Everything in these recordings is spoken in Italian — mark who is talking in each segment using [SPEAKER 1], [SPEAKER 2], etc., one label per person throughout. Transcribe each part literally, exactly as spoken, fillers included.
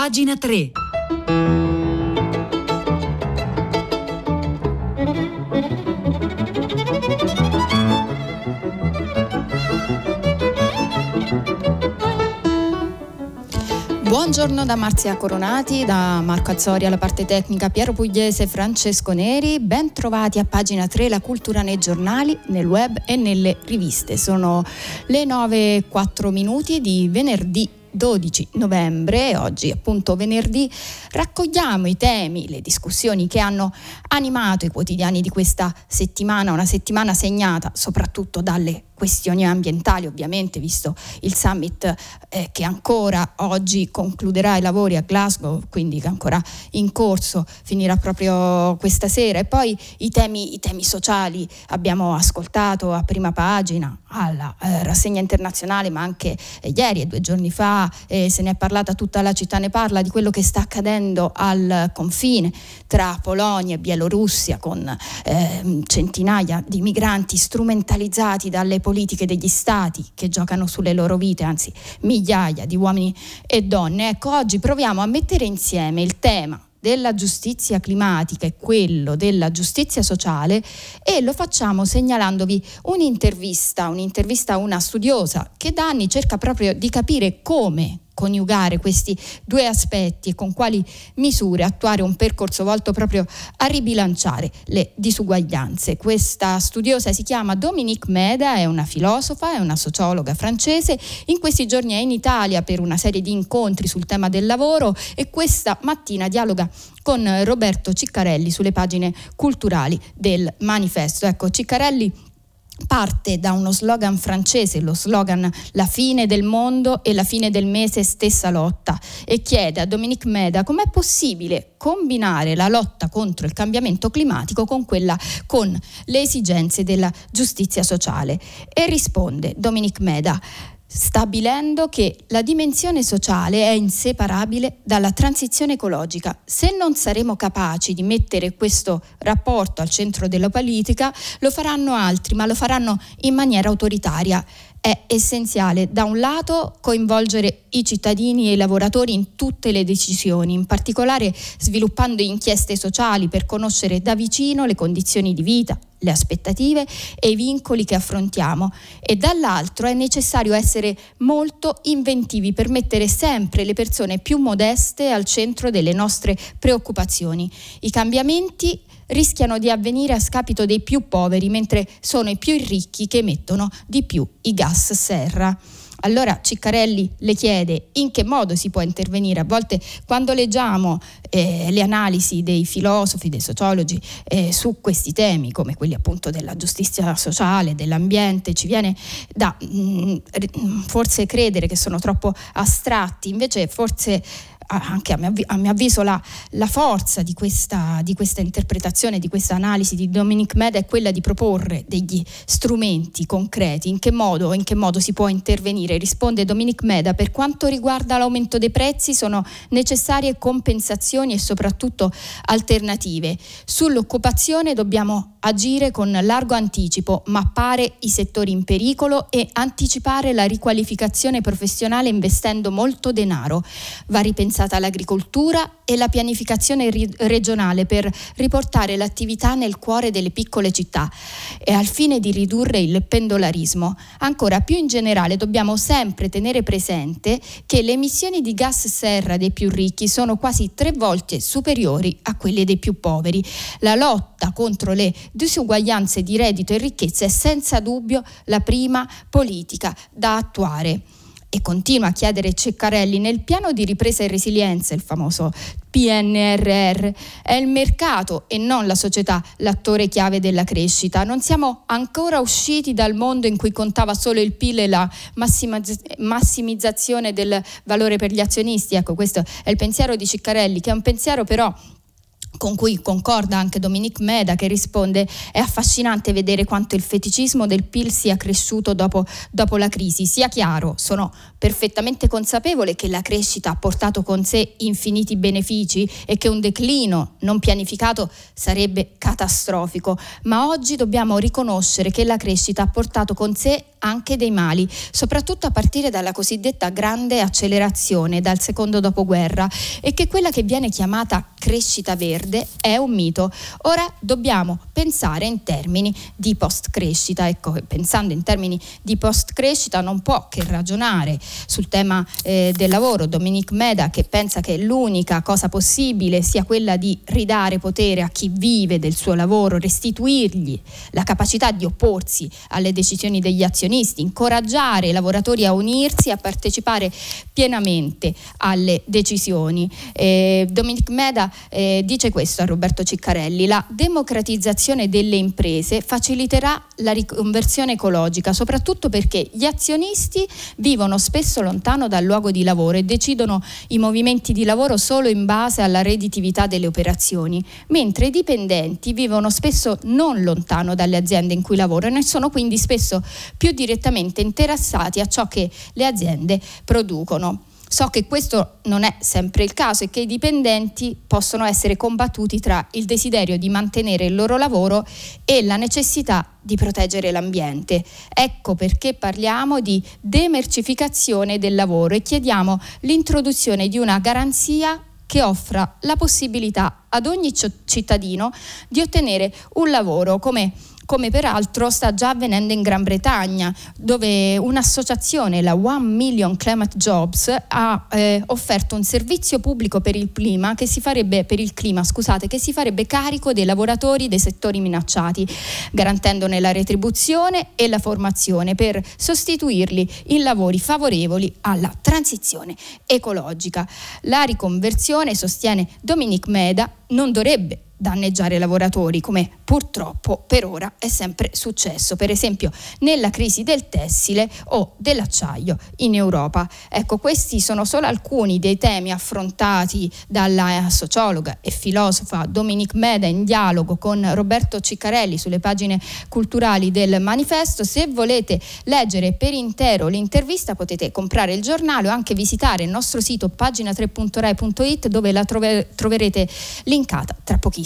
[SPEAKER 1] pagina tre.
[SPEAKER 2] Buongiorno da Marzia Coronati, da Marco Azzori alla parte tecnica, Piero Pugliese, Francesco Neri. Ben trovati a pagina tre, la cultura nei giornali, nel web e nelle riviste. Sono le nove e quattro minuti di venerdì dodici novembre. Oggi, appunto venerdì, raccogliamo i temi, le discussioni che hanno animato i quotidiani di questa settimana, una settimana segnata soprattutto dalle questioni ambientali, ovviamente, visto il summit eh, che ancora oggi concluderà i lavori a Glasgow, quindi che è ancora in corso, finirà proprio questa sera. E poi i temi, i temi sociali, abbiamo ascoltato a prima pagina alla eh, rassegna internazionale, ma anche eh, ieri e due giorni fa eh, se ne è parlata, tutta la città ne parla, di quello che sta accadendo al confine tra Polonia e Bielorussia, con eh, centinaia di migranti strumentalizzati dalle politiche degli stati che giocano sulle loro vite, anzi migliaia di uomini e donne. Ecco, oggi proviamo a mettere insieme il tema della giustizia climatica e quello della giustizia sociale, e lo facciamo segnalandovi un'intervista, un'intervista a una studiosa che da anni cerca proprio di capire come coniugare questi due aspetti e con quali misure attuare un percorso volto proprio a ribilanciare le disuguaglianze. Questa studiosa si chiama Dominique Meda, è una filosofa, è una sociologa francese. In questi giorni è in Italia per una serie di incontri sul tema del lavoro e questa mattina dialoga con Roberto Ciccarelli sulle pagine culturali del Manifesto. Ecco, Ciccarelli parte da uno slogan francese, lo slogan "la fine del mondo e la fine del mese stessa lotta", e chiede a Dominique Meda com'è possibile combinare la lotta contro il cambiamento climatico con quella con le esigenze della giustizia sociale. E risponde Dominique Meda stabilendo che la dimensione sociale è inseparabile dalla transizione ecologica. Se non saremo capaci di mettere questo rapporto al centro della politica, lo faranno altri, ma lo faranno in maniera autoritaria. È essenziale, da un lato, coinvolgere i cittadini e i lavoratori in tutte le decisioni, in particolare sviluppando inchieste sociali per conoscere da vicino le condizioni di vita, le aspettative e i vincoli che affrontiamo, e dall'altro è necessario essere molto inventivi per mettere sempre le persone più modeste al centro delle nostre preoccupazioni. I cambiamenti rischiano di avvenire a scapito dei più poveri, mentre sono i più ricchi che emettono di più i gas serra. Allora Ciccarelli le chiede in che modo si può intervenire. A volte quando leggiamo eh, le analisi dei filosofi, dei sociologi eh, su questi temi, come quelli appunto della giustizia sociale, dell'ambiente, ci viene da mh, forse credere che sono troppo astratti. Invece forse anche a mio, avviso, a mio avviso la, la forza di questa, di questa interpretazione, di questa analisi di Dominique Meda è quella di proporre degli strumenti concreti. In che modo, in che modo si può intervenire? Risponde Dominique Meda: per quanto riguarda l'aumento dei prezzi sono necessarie compensazioni e soprattutto alternative. Sull'occupazione dobbiamo agire con largo anticipo, mappare i settori in pericolo e anticipare la riqualificazione professionale investendo molto denaro. Va ripensata l'agricoltura e la pianificazione ri- regionale per riportare l'attività nel cuore delle piccole città e al fine di ridurre il pendolarismo. Ancora più in generale dobbiamo sempre tenere presente che le emissioni di gas serra dei più ricchi sono quasi tre volte superiori a quelle dei più poveri. La lotta contro le disuguaglianze di reddito e ricchezza è senza dubbio la prima politica da attuare. E continua a chiedere Ciccarelli: nel piano di ripresa e resilienza, il famoso P N R R, è il mercato e non la società l'attore chiave della crescita. Non siamo ancora usciti dal mondo in cui contava solo il P I L e la massimizzazione del valore per gli azionisti. Ecco, questo è il pensiero di Ciccarelli, che è un pensiero però con cui concorda anche Dominique Meda, che risponde: è affascinante vedere quanto il feticismo del P I L sia cresciuto dopo, dopo la crisi. Sia chiaro, sono perfettamente consapevole che la crescita ha portato con sé infiniti benefici e che un declino non pianificato sarebbe catastrofico, ma oggi dobbiamo riconoscere che la crescita ha portato con sé anche dei mali, soprattutto a partire dalla cosiddetta grande accelerazione dal secondo dopoguerra, e che quella che viene chiamata crescita verde è un mito. Ora dobbiamo pensare in termini di post-crescita. Ecco, pensando in termini di post-crescita non può che ragionare sul tema eh, del lavoro. Dominique Meda, che pensa che l'unica cosa possibile sia quella di ridare potere a chi vive del suo lavoro, restituirgli la capacità di opporsi alle decisioni degli azionisti, incoraggiare i lavoratori a unirsi, a partecipare pienamente alle decisioni. Eh, Dominique Meda eh, dice questo a Roberto Ciccarelli: la democratizzazione delle imprese faciliterà la riconversione ecologica, soprattutto perché gli azionisti vivono spesso lontano dal luogo di lavoro e decidono i movimenti di lavoro solo in base alla redditività delle operazioni, mentre i dipendenti vivono spesso non lontano dalle aziende in cui lavorano e sono quindi spesso più direttamente interessati a ciò che le aziende producono. So che questo non è sempre il caso e che i dipendenti possono essere combattuti tra il desiderio di mantenere il loro lavoro e la necessità di proteggere l'ambiente. Ecco perché parliamo di demercificazione del lavoro e chiediamo l'introduzione di una garanzia che offra la possibilità ad ogni cittadino di ottenere un lavoro, come come peraltro sta già avvenendo in Gran Bretagna, dove un'associazione, la One Million Climate Jobs, ha eh, offerto un servizio pubblico per il clima che si farebbe per il clima, scusate, che si farebbe carico dei lavoratori dei settori minacciati, garantendone la retribuzione e la formazione per sostituirli in lavori favorevoli alla transizione ecologica. La riconversione, sostiene Dominique Meda, non dovrebbe danneggiare i lavoratori, come purtroppo per ora è sempre successo, per esempio nella crisi del tessile o dell'acciaio in Europa. Ecco, questi sono solo alcuni dei temi affrontati dalla sociologa e filosofa Dominique Meda in dialogo con Roberto Ciccarelli sulle pagine culturali del Manifesto. Se volete leggere per intero l'intervista potete comprare il giornale o anche visitare il nostro sito pagina tre punto rai punto it, dove la trove- troverete linkata tra pochissimo.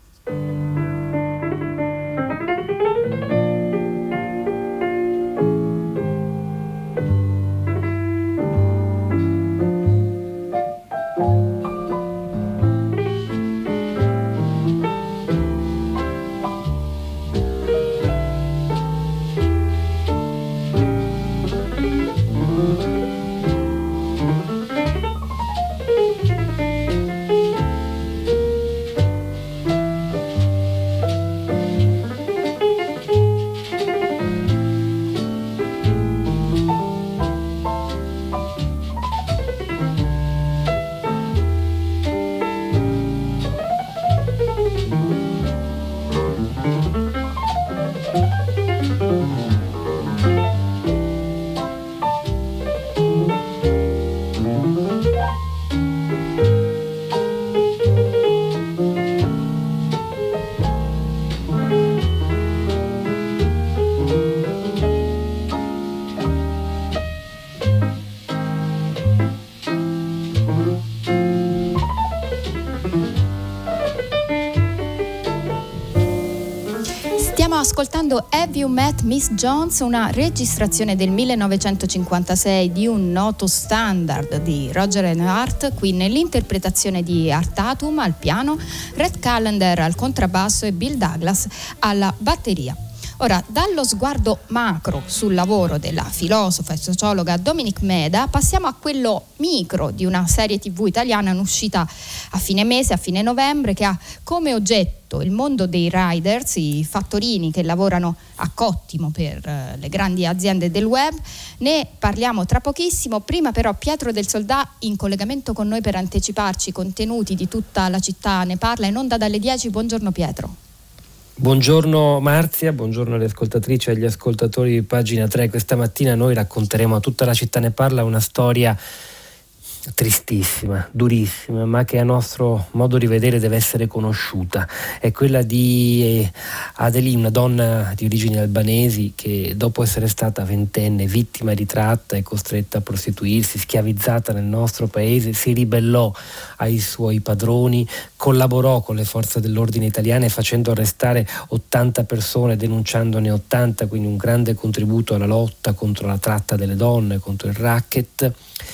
[SPEAKER 2] Ascoltando Have You Met Miss Jones, una registrazione del millenovecentocinquantasei di un noto standard di Roger and Hart, qui nell'interpretazione di Art Tatum al piano, Red Callender al contrabbasso e Bill Douglas alla batteria. Ora, dallo sguardo macro sul lavoro della filosofa e sociologa Dominique Meda passiamo a quello micro di una serie tivù italiana in uscita a fine mese, a fine novembre, che ha come oggetto il mondo dei riders, i fattorini che lavorano a cottimo per uh, le grandi aziende del web. Ne parliamo tra pochissimo. Prima però Pietro del Soldà in collegamento con noi per anticiparci i contenuti di Tutta la città ne parla, in onda dalle dieci. Buongiorno Pietro.
[SPEAKER 1] Buongiorno Marzia, buongiorno alle ascoltatrici e agli ascoltatori di Pagina tre. Questa mattina noi racconteremo a Tutta la città ne parla una storia tristissima, durissima, ma che a nostro modo di vedere deve essere conosciuta. È quella di Adeline, una donna di origini albanesi che dopo essere stata ventenne vittima di tratta e costretta a prostituirsi, schiavizzata nel nostro paese, si ribellò ai suoi padroni, collaborò con le forze dell'ordine italiane facendo arrestare ottanta persone, denunciandone ottanta, quindi un grande contributo alla lotta contro la tratta delle donne, contro il racket,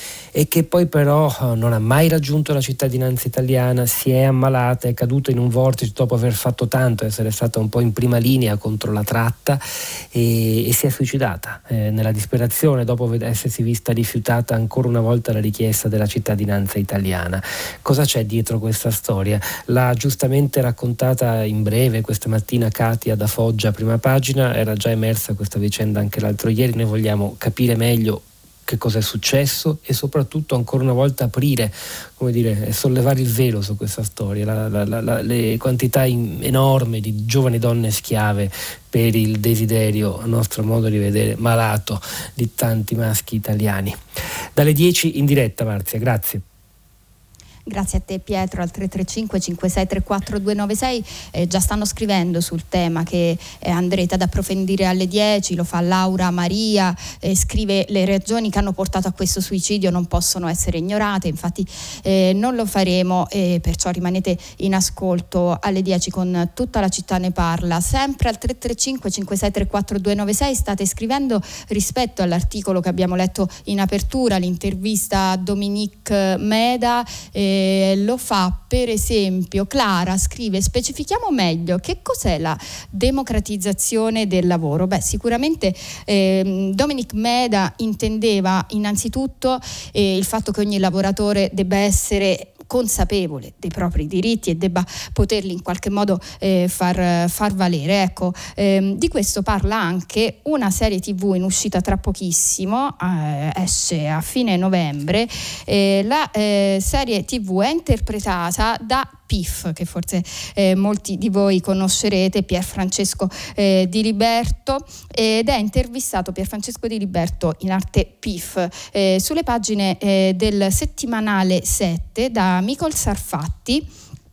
[SPEAKER 1] e che poi però non ha mai raggiunto la cittadinanza italiana, si è ammalata, è caduta in un vortice dopo aver fatto tanto, essere stata un po' in prima linea contro la tratta, e, e si è suicidata eh, nella disperazione dopo essersi vista rifiutata ancora una volta la richiesta della cittadinanza italiana. Cosa c'è dietro questa storia? L'ha giustamente raccontata in breve questa mattina Katia da Foggia, Prima Pagina. Era già emersa questa vicenda anche l'altro ieri. Noi vogliamo capire meglio che cosa è successo e soprattutto ancora una volta aprire, come dire, sollevare il velo su questa storia, la, la, la, la, le quantità in, enormi di giovani donne schiave per il desiderio, a nostro modo di vedere, malato di tanti maschi italiani. Dalle dieci in diretta, Marzia, grazie.
[SPEAKER 2] Grazie a te Pietro, al tre tre cinque cinque sei tre quattro due nove sei eh, già stanno scrivendo sul tema che eh, andrete ad approfondire alle dieci, lo fa Laura Maria, eh, scrive: le ragioni che hanno portato a questo suicidio non possono essere ignorate, infatti eh, non lo faremo, e perciò rimanete in ascolto alle dieci con Tutta la città ne parla. Sempre al tre tre cinque cinque sei tre quattro due nove sei state scrivendo rispetto all'articolo che abbiamo letto in apertura, l'intervista a Dominique Meda. eh, Lo fa per esempio Clara, scrive: specifichiamo meglio che cos'è la democratizzazione del lavoro. Beh, sicuramente eh, Dominic Meda intendeva innanzitutto eh, il fatto che ogni lavoratore debba essere consapevole dei propri diritti e debba poterli in qualche modo eh, far, far valere. Ecco, ehm, di questo parla anche una serie tivù in uscita tra pochissimo, eh, esce a fine novembre. Eh, la eh, serie tivù è interpretata da Piff, che forse eh, molti di voi conoscerete, Pierfrancesco eh, Di Liberto, ed è intervistato Pierfrancesco Di Liberto, in arte Piff, eh, sulle pagine eh, del settimanale sette da Micol Sarfatti.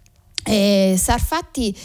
[SPEAKER 2] Eh, Sarfatti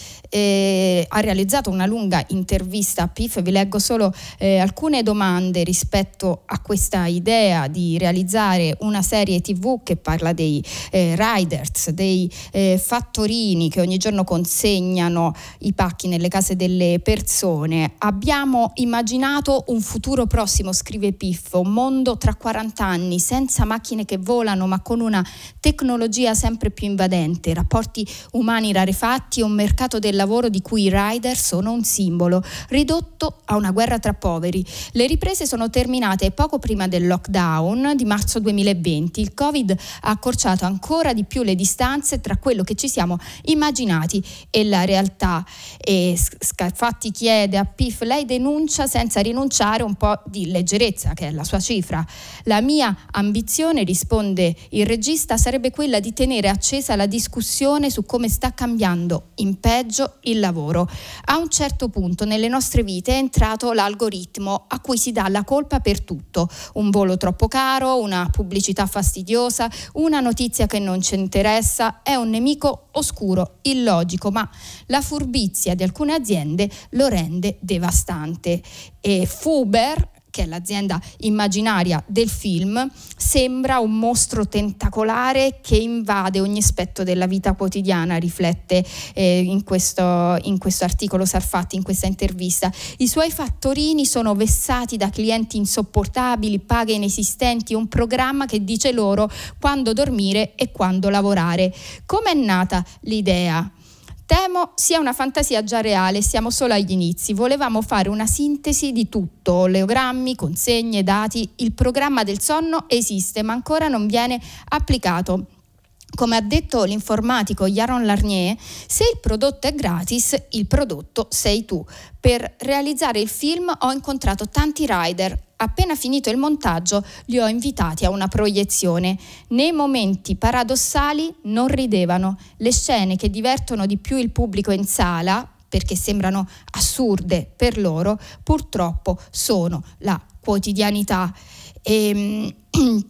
[SPEAKER 2] eh, ha realizzato una lunga intervista a Piff. Vi leggo solo eh, alcune domande rispetto a questa idea di realizzare una serie tivù che parla dei eh, riders, dei eh, fattorini che ogni giorno consegnano i pacchi nelle case delle persone. Abbiamo immaginato un futuro prossimo, scrive Piff, un mondo tra quaranta anni senza macchine che volano ma con una tecnologia sempre più invadente, rapporti umani umani rarefatti e un mercato del lavoro di cui i rider sono un simbolo, ridotto a una guerra tra poveri. Le riprese sono terminate poco prima del lockdown di marzo duemilaventi. Il Covid ha accorciato ancora di più le distanze tra quello che ci siamo immaginati e la realtà. E Sarfatti chiede a Piff: lei denuncia senza rinunciare un po' di leggerezza, che è la sua cifra. La mia ambizione, risponde il regista, sarebbe quella di tenere accesa la discussione su come sta cambiando in peggio il lavoro. A un certo punto nelle nostre vite è entrato l'algoritmo a cui si dà la colpa per tutto: un volo troppo caro, una pubblicità fastidiosa, una notizia che non ci interessa. È un nemico oscuro, illogico, ma la furbizia di alcune aziende lo rende devastante. E Fuber, che è l'azienda immaginaria del film, sembra un mostro tentacolare che invade ogni aspetto della vita quotidiana, riflette eh, in questo, in questo articolo Sarfatti, in questa intervista. I suoi fattorini sono vessati da clienti insopportabili, paghe inesistenti, un programma che dice loro quando dormire e quando lavorare. Come è nata l'idea? Temo sia una fantasia già reale, siamo solo agli inizi. Volevamo fare una sintesi di tutto: oleogrammi, consegne, dati. Il programma del sonno esiste, ma ancora non viene applicato. Come ha detto l'informatico Jaron Larnier, se il prodotto è gratis, il prodotto sei tu. Per realizzare il film ho incontrato tanti rider. Appena finito il montaggio li ho invitati a una proiezione. Nei momenti paradossali non ridevano. Le scene che divertono di più il pubblico in sala, perché sembrano assurde per loro, purtroppo sono la quotidianità. E,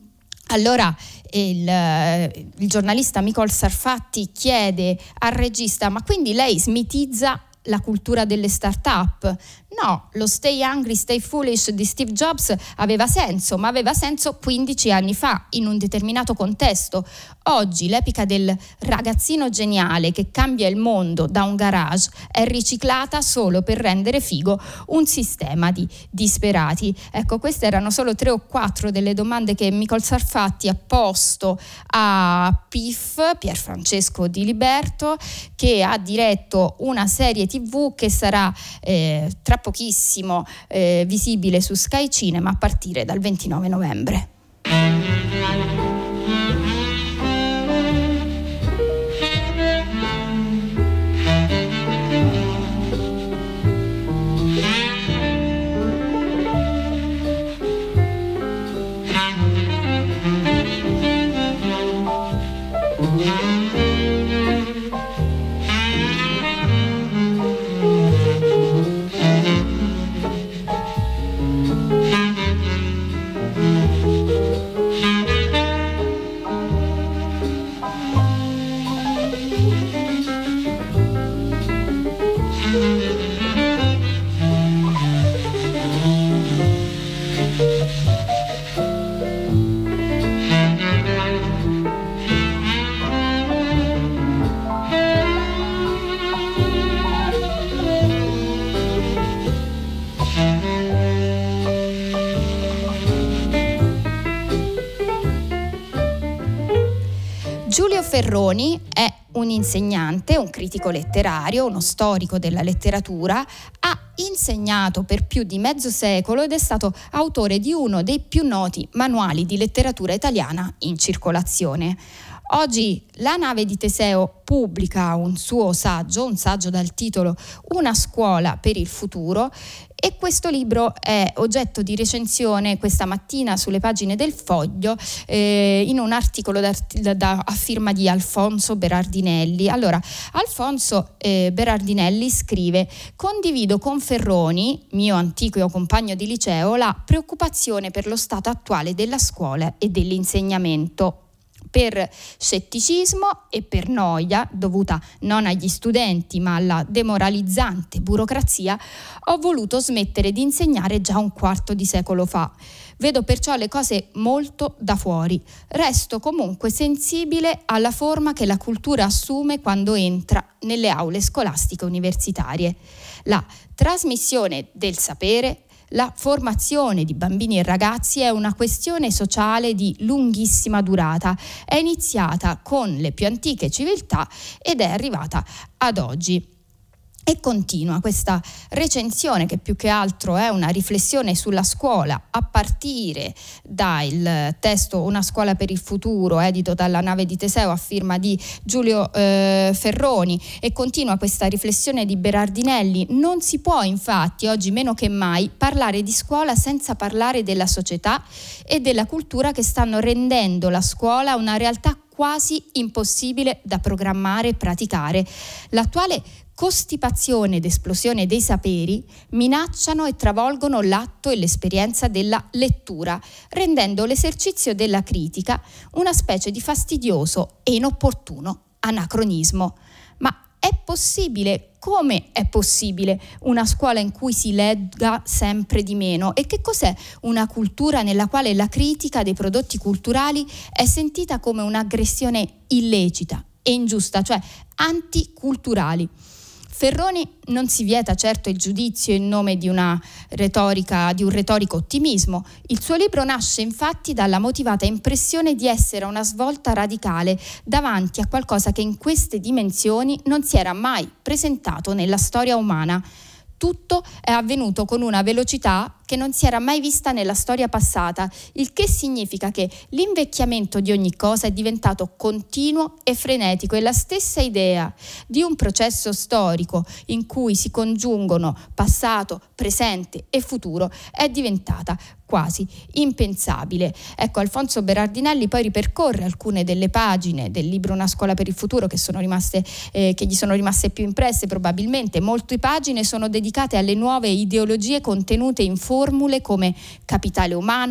[SPEAKER 2] Allora il, il giornalista Micol Sarfatti chiede al regista: ma quindi lei smitizza la cultura delle start-up? No, lo Stay Hungry, Stay Foolish di Steve Jobs aveva senso, ma aveva senso quindici anni fa, in un determinato contesto. Oggi l'epica del ragazzino geniale che cambia il mondo da un garage è riciclata solo per rendere figo un sistema di disperati. Ecco, queste erano solo tre o quattro delle domande che Micol Sarfatti ha posto a P I F, Pierfrancesco Di Liberto, che ha diretto una serie tivù che sarà eh, tra pochissimo eh, visibile su Sky Cinema a partire dal ventinove novembre. Giulio Ferroni è un insegnante, un critico letterario, uno storico della letteratura, ha insegnato per più di mezzo secolo ed è stato autore di uno dei più noti manuali di letteratura italiana in circolazione. Oggi La nave di Teseo pubblica un suo saggio, un saggio dal titolo Una scuola per il futuro, e questo libro è oggetto di recensione questa mattina sulle pagine del Foglio eh, in un articolo da, da, a firma di Alfonso Berardinelli. Allora, Alfonso eh, Berardinelli scrive: condivido con Ferroni, mio antico compagno di liceo, la preoccupazione per lo stato attuale della scuola e dell'insegnamento. Per scetticismo e per noia, dovuta non agli studenti ma alla demoralizzante burocrazia, ho voluto smettere di insegnare già un quarto di secolo fa. Vedo perciò le cose molto da fuori. Resto comunque sensibile alla forma che la cultura assume quando entra nelle aule scolastiche universitarie. La trasmissione del sapere, la formazione di bambini e ragazzi è una questione sociale di lunghissima durata. È iniziata con le più antiche civiltà ed è arrivata ad oggi. E continua questa recensione, che più che altro è una riflessione sulla scuola, a partire dal testo Una scuola per il futuro, edito dalla Nave di Teseo a firma di Giulio eh, Ferroni, e continua questa riflessione di Berardinelli. Non si può infatti, oggi meno che mai, parlare di scuola senza parlare della società e della cultura che stanno rendendo la scuola una realtà quasi impossibile da programmare e praticare. L'attuale costipazione ed esplosione dei saperi minacciano e travolgono l'atto e l'esperienza della lettura, rendendo l'esercizio della critica una specie di fastidioso e inopportuno anacronismo. Ma è possibile? Come è possibile una scuola in cui si legga sempre di meno? E che cos'è una cultura nella quale la critica dei prodotti culturali è sentita come un'aggressione illecita e ingiusta, cioè anticulturali? Ferroni non si vieta certo il giudizio in nome di una retorica, di un retorico ottimismo. Il suo libro nasce infatti dalla motivata impressione di essere una svolta radicale davanti a qualcosa che in queste dimensioni non si era mai presentato nella storia umana. Tutto è avvenuto con una velocità che non si era mai vista nella storia passata, il che significa che l'invecchiamento di ogni cosa è diventato continuo e frenetico, e la stessa idea di un processo storico in cui si congiungono passato, presente e futuro è diventata quasi impensabile. Ecco, Alfonso Berardinelli poi ripercorre alcune delle pagine del libro Una scuola per il futuro che sono rimaste eh, che gli sono rimaste più impresse probabilmente. Molte pagine sono dedicate alle nuove ideologie contenute in formule come capitale umano,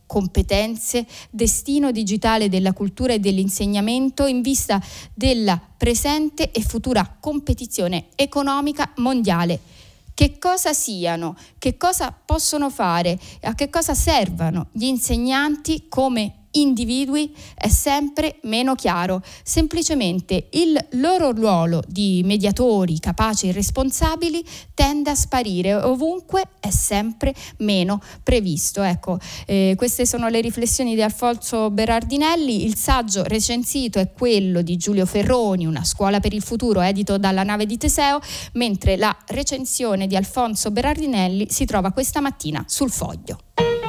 [SPEAKER 2] competenze, destino digitale della cultura e dell'insegnamento in vista della presente e futura competizione economica mondiale. Che cosa siano, che cosa possono fare, a che cosa servano gli insegnanti come individui è sempre meno chiaro. Semplicemente il loro ruolo di mediatori capaci e responsabili tende a sparire, ovunque è sempre meno previsto. Ecco, eh, queste sono le riflessioni di Alfonso Berardinelli. Il saggio recensito è quello di Giulio Ferroni, Una scuola per il futuro, edito dalla Nave di Teseo, mentre la recensione di Alfonso Berardinelli si trova questa mattina sul Foglio.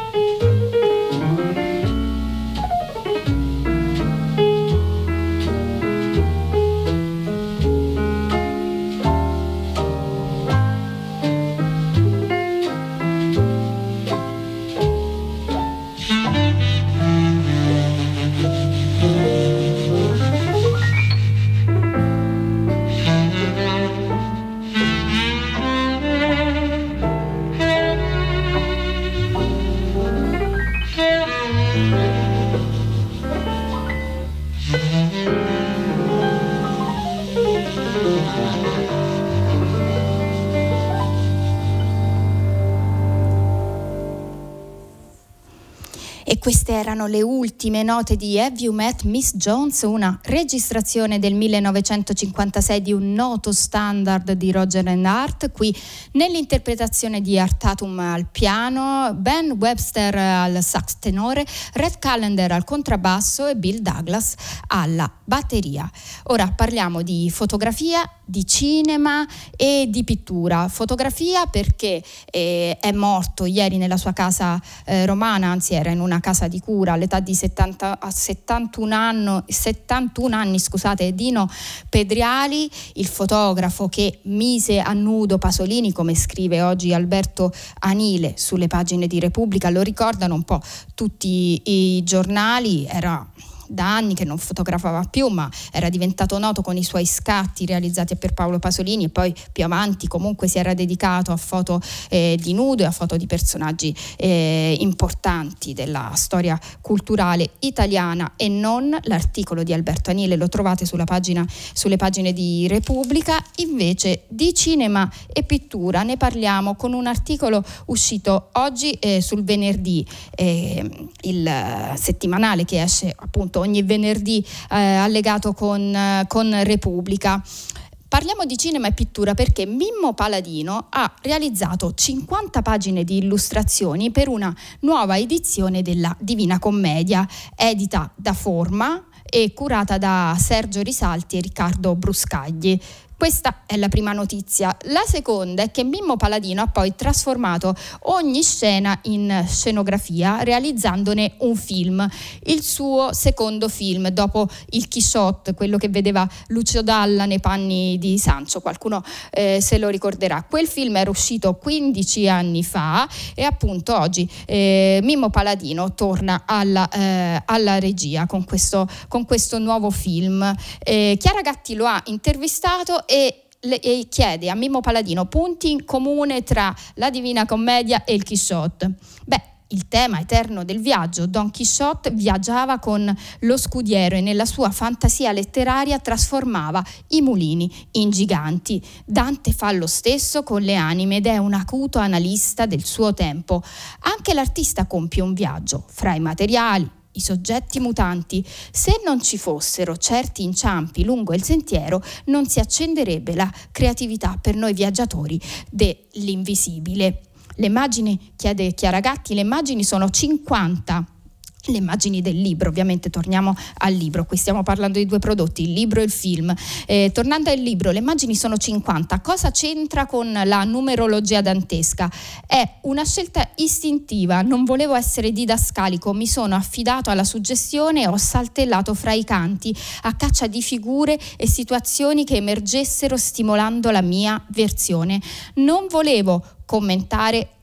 [SPEAKER 2] E queste erano le ultime note di Have You Met Miss Jones, una registrazione del millenovecentocinquantasei di un noto standard di Roger and Hart, qui nell'interpretazione di Art Tatum al piano, Ben Webster al sax tenore, Red Callender al contrabbasso e Bill Douglas alla batteria. Ora parliamo di fotografia, di cinema e di pittura. Fotografia perché eh, è morto ieri nella sua casa eh, romana, anzi era in una casa di cura all'età di settanta, a settantuno anni, settantuno anni scusate, Dino Pedriali, il fotografo che mise a nudo Pasolini, come scrive oggi Alberto Anile sulle pagine di Repubblica. Lo ricordano un po' tutti i giornali. Era da anni che non fotografava più, ma era diventato noto con i suoi scatti realizzati per Paolo Pasolini, e poi più avanti comunque si era dedicato a foto eh, di nudo e a foto di personaggi eh, importanti della storia culturale italiana e non. L'articolo di Alberto Anile lo trovate sulla pagina, sulle pagine di Repubblica. Invece di cinema e pittura ne parliamo con un articolo uscito oggi eh, sul Venerdì, eh, il settimanale che esce appunto ogni venerdì eh, allegato con, eh, con Repubblica. Parliamo di cinema e pittura perché Mimmo Paladino ha realizzato cinquanta pagine di illustrazioni per una nuova edizione della Divina Commedia, edita da Forma e curata da Sergio Risalti e Riccardo Bruscagli. Questa è la prima notizia. La seconda è che Mimmo Paladino ha poi trasformato ogni scena in scenografia, realizzandone un film, il suo secondo film dopo il Quixote, quello che vedeva Lucio Dalla nei panni di Sancho. Qualcuno eh, se lo ricorderà. Quel film era uscito quindici anni fa e appunto oggi eh, Mimmo Paladino torna alla, eh, alla regia con questo, con questo nuovo film. Eh, Chiara Gatti lo ha intervistato e, le, e chiede a Mimmo Paladino punti in comune tra la Divina Commedia e il Quixote. Beh, il tema eterno del viaggio. Don Quixote viaggiava con lo scudiero e nella sua fantasia letteraria trasformava i mulini in giganti. Dante fa lo stesso con le anime ed è un acuto analista del suo tempo. Anche l'artista compie un viaggio fra i materiali, i soggetti mutanti. Se non ci fossero certi inciampi lungo il sentiero, non si accenderebbe la creatività per noi viaggiatori dell'invisibile. Le immagini, chiede Chiara Gatti, le immagini sono cinquanta. Le immagini del libro, ovviamente torniamo al libro, qui stiamo parlando di due prodotti, il libro e il film. Eh, tornando al libro, le immagini sono cinquanta. Cosa c'entra con la numerologia dantesca? È una scelta istintiva, non volevo essere didascalico, mi sono affidato alla suggestione e ho saltellato fra i canti a caccia di figure e situazioni che emergessero stimolando la mia versione. Non volevo commentare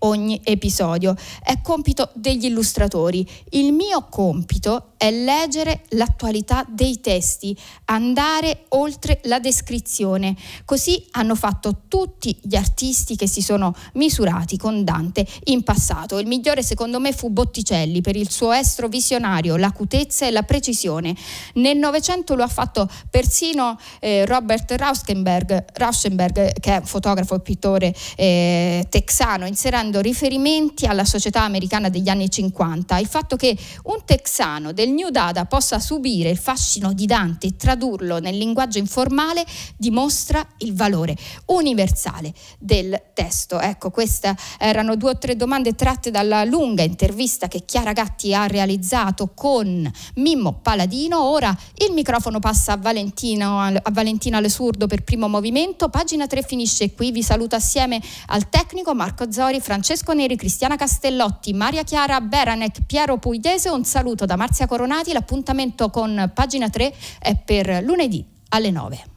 [SPEAKER 2] ogni episodio. È compito degli illustratori. Il mio compito è leggere l'attualità dei testi, andare oltre la descrizione. Così hanno fatto tutti gli artisti che si sono misurati con Dante in passato. Il migliore secondo me fu Botticelli per il suo estro visionario, l'acutezza e la precisione. Nel Novecento lo ha fatto persino eh, Robert Rauschenberg, Rauschenberg, che è un fotografo e pittore eh, texano, inserendo riferimenti alla società americana degli anni cinquanta. Il fatto che un texano del New Dada possa subire il fascino di Dante e tradurlo nel linguaggio informale dimostra il valore universale del testo. Ecco, queste erano due o tre domande tratte dalla lunga intervista che Chiara Gatti ha realizzato con Mimmo Paladino. Ora il microfono passa a Valentino, a Valentina Lesurdo per Primo Movimento. Pagina tre finisce qui. Vi saluto assieme al tecnico Marco Zori, Francesco Neri, Cristiana Castellotti, Maria Chiara Beranec, Piero Pugliese. Un saluto da Marzia Coronati. L'appuntamento con Pagina tre è per lunedì alle nove.